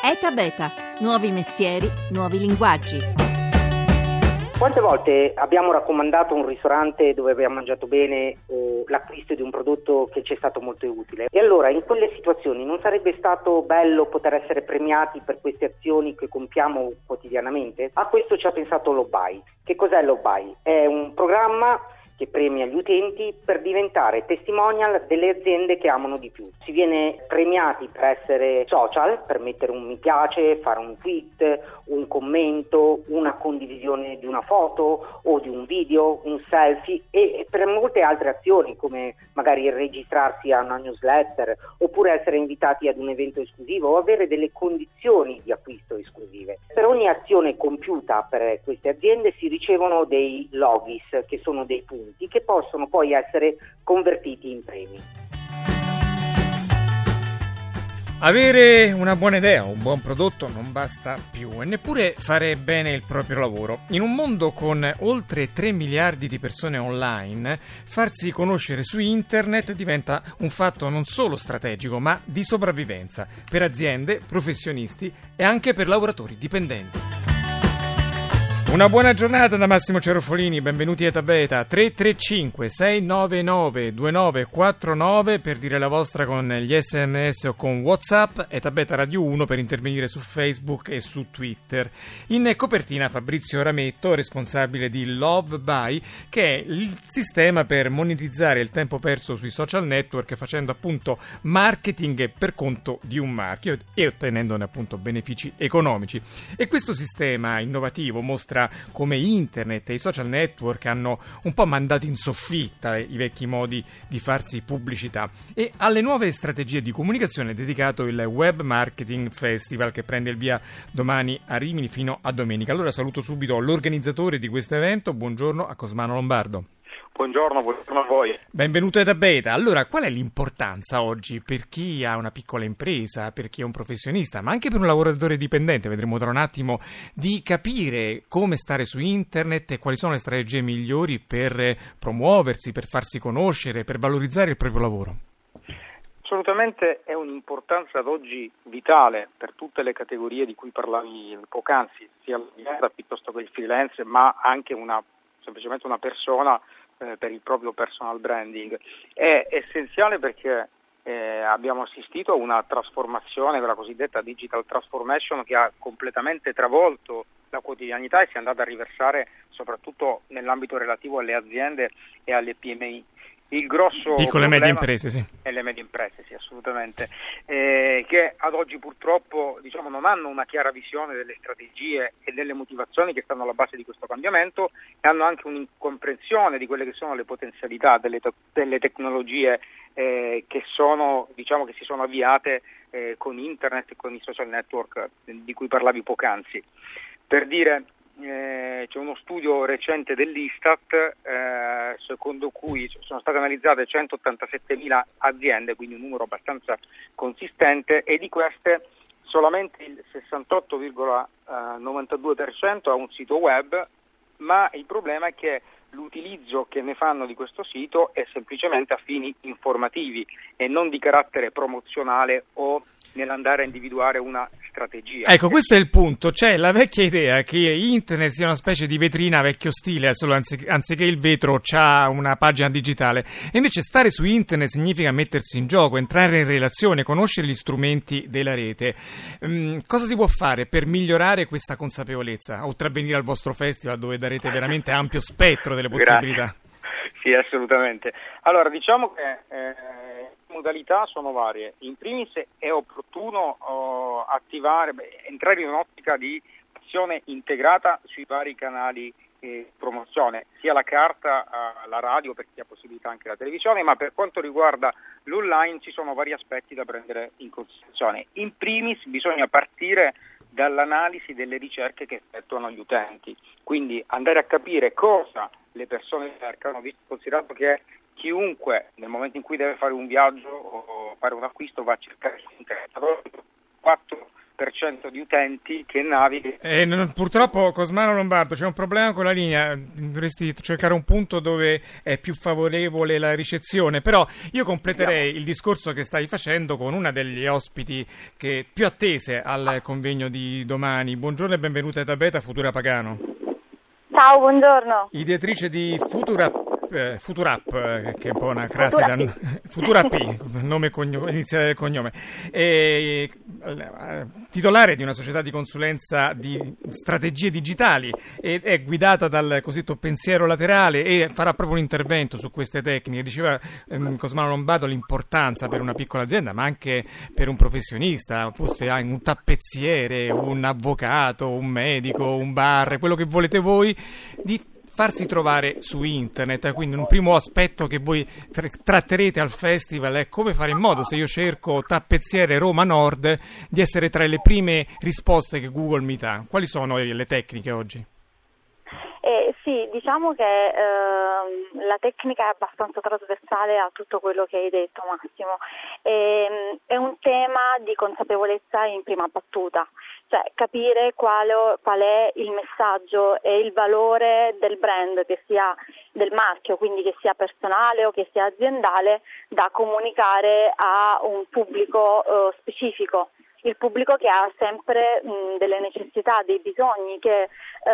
ETA Beta, nuovi mestieri, nuovi linguaggi. Quante volte abbiamo raccomandato un ristorante dove abbiamo mangiato bene o l'acquisto di un prodotto che ci è stato molto utile? E allora in quelle situazioni non sarebbe stato bello poter essere premiati per queste azioni che compiamo quotidianamente? A questo ci ha pensato Lobby. Che cos'è Lobby? È un programma che premia gli utenti per diventare testimonial delle aziende che amano di più. Si viene premiati per essere social, per mettere un mi piace, fare un tweet, un commento, una condivisione di una foto o di un video, un selfie e per molte altre azioni come magari registrarsi a una newsletter oppure essere invitati ad un evento esclusivo o avere delle condizioni di acquisto esclusive. Per ogni azione compiuta per queste aziende si ricevono dei logis, che sono dei punti che possono poi essere convertiti in premi. Avere una buona idea, un buon prodotto non basta più e neppure fare bene il proprio lavoro. In un mondo con oltre 3 miliardi di persone online, farsi conoscere su internet diventa un fatto non solo strategico, ma di sopravvivenza per aziende, professionisti e anche per lavoratori dipendenti. Una buona giornata da Massimo Cerofolini, benvenuti a ETA Beta. 335 699 2949 per dire la vostra con gli SMS o con WhatsApp, ETA Beta Radio 1 per intervenire su Facebook e su Twitter. In copertina Fabrizio Rametto, responsabile di Love Buy, che è il sistema per monetizzare il tempo perso sui social network facendo appunto marketing per conto di un marchio e ottenendone appunto benefici economici. E questo sistema innovativo mostra come internet e i social network hanno un po' mandato in soffitta i vecchi modi di farsi pubblicità e alle nuove strategie di comunicazione è dedicato il Web Marketing Festival che prende il via domani a Rimini fino a domenica. Allora saluto subito l'organizzatore di questo evento, buongiorno a Cosmano Lombardo. Buongiorno a voi. Benvenuto a ETA Beta. Allora, qual è l'importanza oggi per chi ha una piccola impresa, per chi è un professionista, ma anche per un lavoratore dipendente, vedremo tra un attimo, di capire come stare su internet e quali sono le strategie migliori per promuoversi, per farsi conoscere, per valorizzare il proprio lavoro? Assolutamente è un'importanza ad oggi vitale per tutte le categorie di cui parlavi poc'anzi, sia l'azienda piuttosto che il freelance, ma anche semplicemente una persona per il proprio personal branding. È essenziale perché abbiamo assistito a una trasformazione, la cosiddetta digital transformation, che ha completamente travolto la quotidianità e si è andata a riversare soprattutto nell'ambito relativo alle aziende e alle PMI. Il grosso piccole e medie imprese, sì. E le medie imprese, sì, assolutamente, che ad oggi purtroppo non hanno una chiara visione delle strategie e delle motivazioni che stanno alla base di questo cambiamento e hanno anche un'incomprensione di quelle che sono le potenzialità delle tecnologie che si sono avviate con internet e con i social network di cui parlavi poc'anzi. Per dire, c'è uno studio recente dell'Istat secondo cui sono state analizzate 187.000 aziende, quindi un numero abbastanza consistente, e di queste solamente il 68,92% ha un sito web, ma il problema è che l'utilizzo che ne fanno di questo sito è semplicemente a fini informativi e non di carattere promozionale o nell'andare a individuare una strategia. Ecco, questo è il punto. C'è la vecchia idea che internet sia una specie di vetrina vecchio stile, solo anziché il vetro c'ha una pagina digitale. E invece stare su internet significa mettersi in gioco, entrare in relazione, conoscere gli strumenti della rete. Cosa si può fare per migliorare questa consapevolezza, oltre a venire al vostro festival dove darete veramente ampio spettro delle possibilità? Grazie. Sì, assolutamente. Allora, diciamo che modalità sono varie. In primis è opportuno entrare in un'ottica di azione integrata sui vari canali di promozione, sia la carta, la radio, per chi ha possibilità anche la televisione, ma per quanto riguarda l'online ci sono vari aspetti da prendere in considerazione. In primis bisogna partire dall'analisi delle ricerche che effettuano gli utenti, quindi andare a capire cosa le persone cercano, considerato che chiunque nel momento in cui deve fare un viaggio o fare un acquisto va a cercare su internet. 4 10% di utenti che navighi. Purtroppo, Cosmano Lombardo, c'è un problema con la linea, dovresti cercare un punto dove è più favorevole la ricezione, però io completerei il discorso che stai facendo con una degli ospiti che più attese al convegno di domani. Buongiorno e benvenuta Elisabetta Futura Pagano. Ciao, buongiorno. Ideatrice di Futurap, che è un po' una crasi da Futurap, nome iniziale del cognome, titolare di una società di consulenza di strategie digitali, è guidata dal cosiddetto pensiero laterale e farà proprio un intervento su queste tecniche. Diceva Cosmano Lombardo l'importanza per una piccola azienda, ma anche per un professionista, fosse un tappezziere, un avvocato, un medico, un bar, quello che volete voi, di farsi trovare su internet. Quindi un primo aspetto che voi tratterete al festival è come fare in modo, se io cerco tappezziere Roma Nord, di essere tra le prime risposte che Google mi dà. Quali sono le tecniche oggi? Sì, diciamo che la tecnica è abbastanza trasversale a tutto quello che hai detto, Massimo. È un tema di consapevolezza in prima battuta, cioè capire qual è il messaggio e il valore del brand, che sia del marchio, quindi che sia personale o che sia aziendale, da comunicare a un pubblico specifico. Il pubblico che ha sempre delle necessità, dei bisogni, che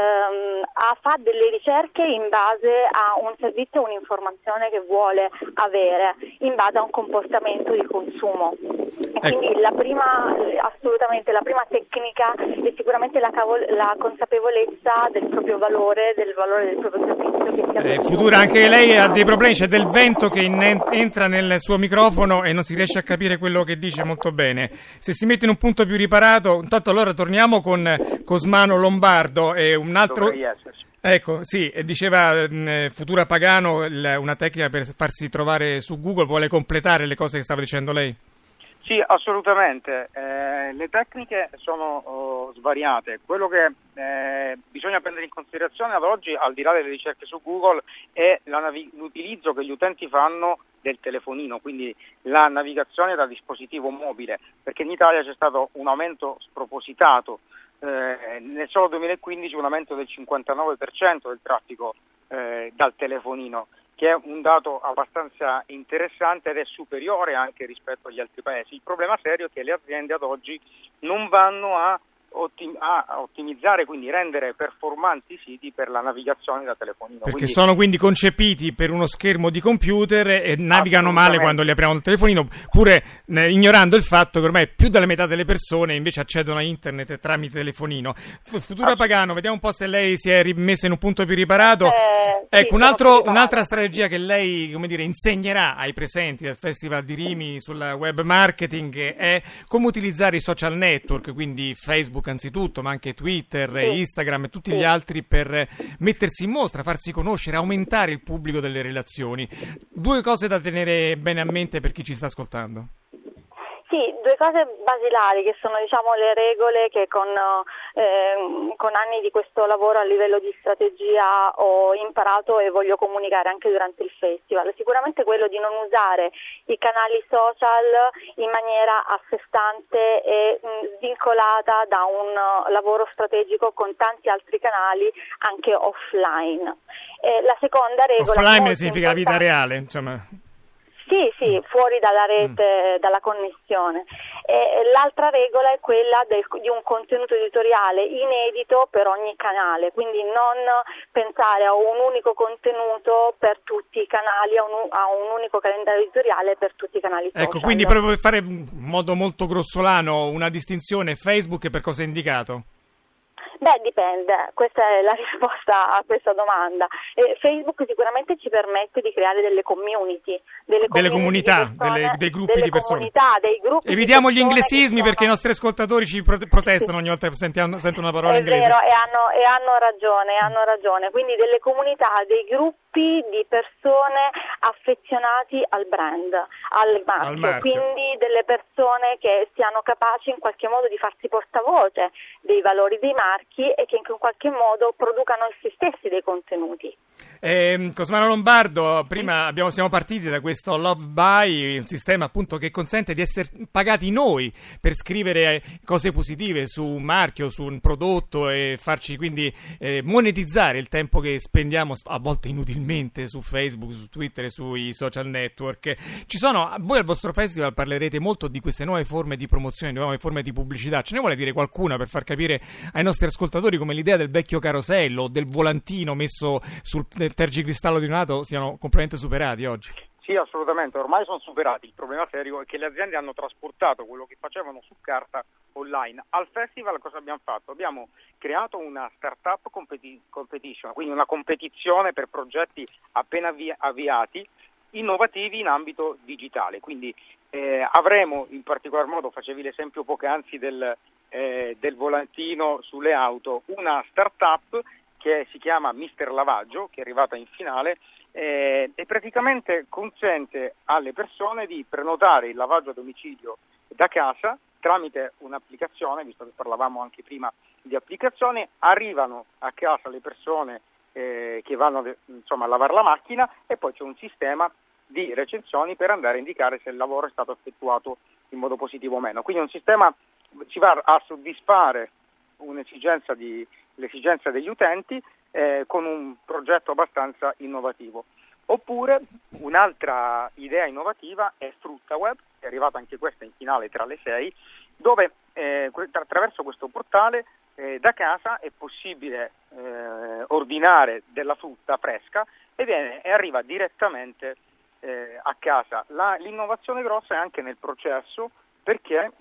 fa delle ricerche in base a un servizio o un'informazione che vuole avere, in base a un comportamento di consumo. E quindi assolutamente la prima tecnica è sicuramente la consapevolezza del proprio valore, del valore del proprio servizio. Futura, anche lei ha dei problemi, c'è del vento che entra nel suo microfono e non si riesce a capire quello che dice molto bene. Se si mette in un punto più riparato, intanto allora torniamo con Cosmano Lombardo e un altro. Ecco, sì, diceva Futura Pagano, una tecnica per farsi trovare su Google. Vuole completare le cose che stava dicendo lei? Sì, assolutamente. Le tecniche sono svariate. Quello che bisogna prendere in considerazione ad oggi, al di là delle ricerche su Google, è l'utilizzo che gli utenti fanno del telefonino, quindi la navigazione da dispositivo mobile, perché in Italia c'è stato un aumento spropositato, nel solo 2015 un aumento del 59% del traffico dal telefonino, che è un dato abbastanza interessante ed è superiore anche rispetto agli altri paesi. Il problema serio è che le aziende ad oggi non vanno a ottimizzare, quindi rendere performanti i siti per la navigazione da telefonino. Perché sono quindi concepiti per uno schermo di computer e navigano male quando li apriamo il telefonino, pure ignorando il fatto che ormai più della metà delle persone invece accedono a internet tramite telefonino. Futura Pagano, vediamo un po' se lei si è rimessa in un punto più riparato. Ecco, un'altra strategia che lei, insegnerà ai presenti del Festival di Rimini sul web marketing è come utilizzare i social network, quindi Facebook anzitutto, ma anche Twitter, Instagram e tutti gli altri, per mettersi in mostra, farsi conoscere, aumentare il pubblico delle relazioni. Due cose da tenere bene a mente per chi ci sta ascoltando. Sì, due cose basilari che sono le regole che con anni di questo lavoro a livello di strategia ho imparato e voglio comunicare anche durante il festival. Sicuramente quello di non usare i canali social in maniera a sé stante e svincolata da un lavoro strategico con tanti altri canali anche offline. La seconda regola... Offline significa la vita reale, insomma... Sì, fuori dalla rete, dalla connessione. L'altra regola è quella di un contenuto editoriale inedito per ogni canale, quindi non pensare a un unico contenuto per tutti i canali, a un unico calendario editoriale per tutti i canali social. Ecco, quindi proprio per fare in modo molto grossolano una distinzione, Facebook per cosa è indicato? Beh, dipende, questa è la risposta a questa domanda. Facebook sicuramente ci permette di creare delle community, delle comunità, dei gruppi di persone. Dei gruppi. Evitiamo gli inglesismi perché i nostri ascoltatori ci protestano ogni volta che sentono una parola inglese. È vero, e hanno ragione. Quindi delle comunità, dei gruppi di persone affezionati al brand, al marchio. Quindi delle persone che siano capaci in qualche modo di farsi portavoce dei valori dei marchi e che in qualche modo producano essi stessi dei contenuti. Cosmano Lombardo, prima siamo partiti da questo Love Buy, un sistema appunto che consente di essere pagati noi per scrivere cose positive su un marchio, su un prodotto e farci quindi monetizzare il tempo che spendiamo a volte inutilmente su Facebook, su Twitter e sui social network. Voi al vostro festival parlerete molto di queste nuove forme di promozione, nuove forme di pubblicità. Ce ne vuole dire qualcuna per far capire ai nostri ascoltatori come l'idea del vecchio carosello, del volantino messo sul tergicristallo di un'auto siano completamente superati oggi? Sì, assolutamente, ormai sono superati. Il problema serio è che le aziende hanno trasportato quello che facevano su carta online. Al festival cosa abbiamo fatto? Abbiamo creato una startup competition, quindi una competizione per progetti appena avviati, innovativi in ambito digitale. Quindi avremo, in particolar modo, facevi l'esempio poc'anzi del volantino sulle auto, una startup che si chiama Mister Lavaggio, che è arrivata in finale, e praticamente consente alle persone di prenotare il lavaggio a domicilio da casa tramite un'applicazione, visto che parlavamo anche prima di applicazioni. Arrivano a casa le persone che vanno a lavare la macchina, e poi c'è un sistema di recensioni per andare a indicare se il lavoro è stato effettuato in modo positivo o meno. Quindi un sistema ci va a soddisfare l'esigenza degli utenti con un progetto abbastanza innovativo. Oppure un'altra idea innovativa è FruttaWeb, che è arrivata anche questa in finale tra le 6, dove attraverso questo portale da casa è possibile ordinare della frutta fresca e arriva direttamente a casa. L'innovazione grossa è anche nel processo, perché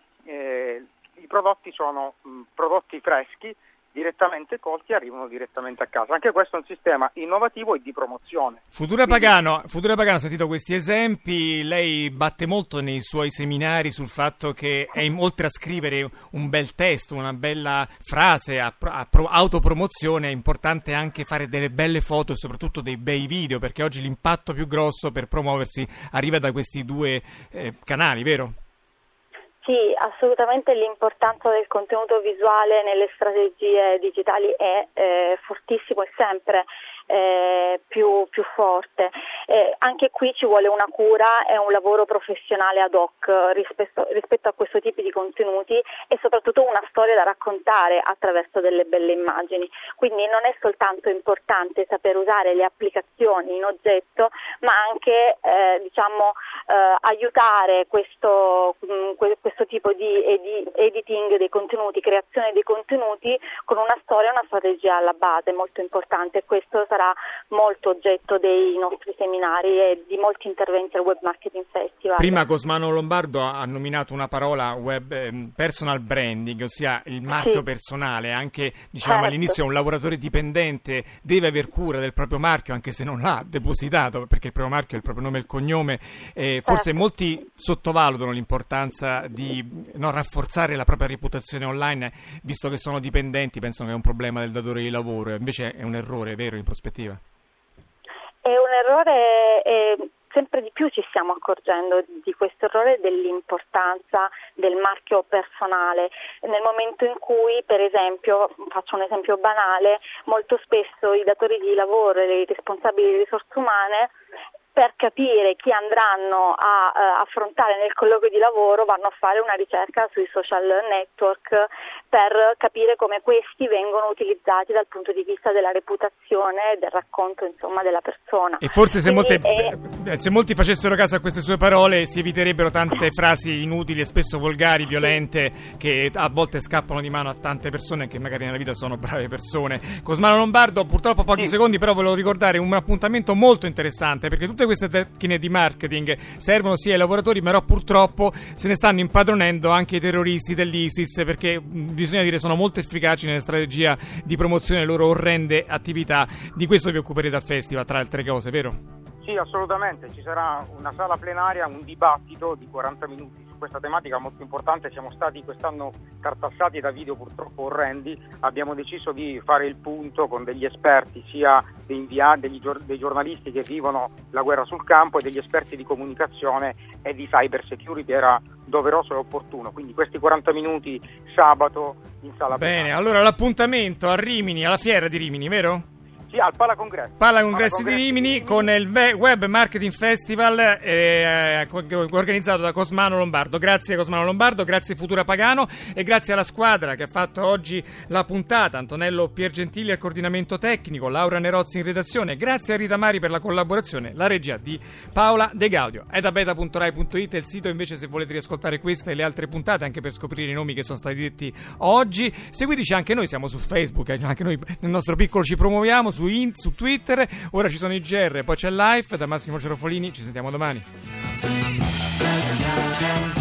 i prodotti sono prodotti freschi, direttamente colti, e arrivano direttamente a casa. Anche questo è un sistema innovativo e di promozione. Futura Pagano, ha sentito questi esempi. Lei batte molto nei suoi seminari sul fatto che oltre a scrivere un bel testo, una bella frase autopromozione, è importante anche fare delle belle foto e soprattutto dei bei video, perché oggi l'impatto più grosso per promuoversi arriva da questi due canali, vero? Sì, assolutamente l'importanza del contenuto visuale nelle strategie digitali è fortissimo e sempre più forte. Anche qui ci vuole una cura e un lavoro professionale ad hoc rispetto a questo tipo di contenuti, e soprattutto una storia da raccontare attraverso delle belle immagini. Quindi non è soltanto importante saper usare le applicazioni in oggetto, ma anche aiutare questo tipo di editing dei contenuti, creazione dei contenuti con una storia e una strategia alla base molto importante, e questo sarà molto oggetto dei nostri seminari e di molti interventi al Web Marketing Festival. Prima Cosmano Lombardo ha nominato una parola, personal branding, ossia il marchio personale. Anche certo. All'inizio un lavoratore dipendente deve aver cura del proprio marchio, anche se non l'ha depositato, perché il proprio marchio è il proprio nome e il cognome. Forse molti sottovalutano l'importanza di rafforzare la propria reputazione online, visto che sono dipendenti, pensano che è un problema del datore di lavoro. Invece è un errore, vero, in prospettiva? È un errore, sempre di più ci stiamo accorgendo di questo errore, dell'importanza del marchio personale. Nel momento in cui, per esempio, faccio un esempio banale, molto spesso i datori di lavoro e i responsabili di risorse umane, per capire chi andranno a affrontare nel colloquio di lavoro, vanno a fare una ricerca sui social network per capire come questi vengono utilizzati dal punto di vista della reputazione e del racconto, della persona. E forse se molti facessero caso a queste sue parole si eviterebbero tante frasi inutili e spesso volgari, violente, che a volte scappano di mano a tante persone che magari nella vita sono brave persone. Cosmano Lombardo, purtroppo pochi secondi, però volevo ricordare un appuntamento molto interessante, perché tutte queste tecniche di marketing servono sia ai lavoratori, però purtroppo se ne stanno impadronendo anche i terroristi dell'ISIS, perché bisogna dire sono molto efficaci nella strategia di promozione delle loro orrende attività. Di questo vi occuperete al festival, tra altre cose, vero? Sì, assolutamente, ci sarà una sala plenaria, un dibattito di 40 minuti su questa tematica molto importante. Siamo stati quest'anno tartassati da video purtroppo orrendi, abbiamo deciso di fare il punto con degli esperti, sia dei giornalisti che vivono la guerra sul campo e degli esperti di comunicazione e di cyber security. Era doveroso e opportuno, quindi questi 40 minuti sabato in sala plenaria. Bene, allora l'appuntamento a Rimini, alla fiera di Rimini, vero? Sì, al Palacongressi. Palacongressi di Rimini, con il Web Marketing Festival organizzato da Cosmano Lombardo. Grazie Cosmano Lombardo, grazie Futura Pagano e grazie alla squadra che ha fatto oggi la puntata, Antonello Piergentili al coordinamento tecnico, Laura Nerozzi in redazione, grazie a Rita Mari per la collaborazione, la regia di Paola De Gaudio. Edabeta.rai.it è il sito invece se volete riascoltare queste e le altre puntate, anche per scoprire i nomi che sono stati detti oggi. Seguiteci anche noi, siamo su Facebook, anche noi nel nostro piccolo ci promuoviamo, su Twitter. Ora ci sono i GR, poi c'è Live. Da Massimo Cerofolini ci sentiamo domani.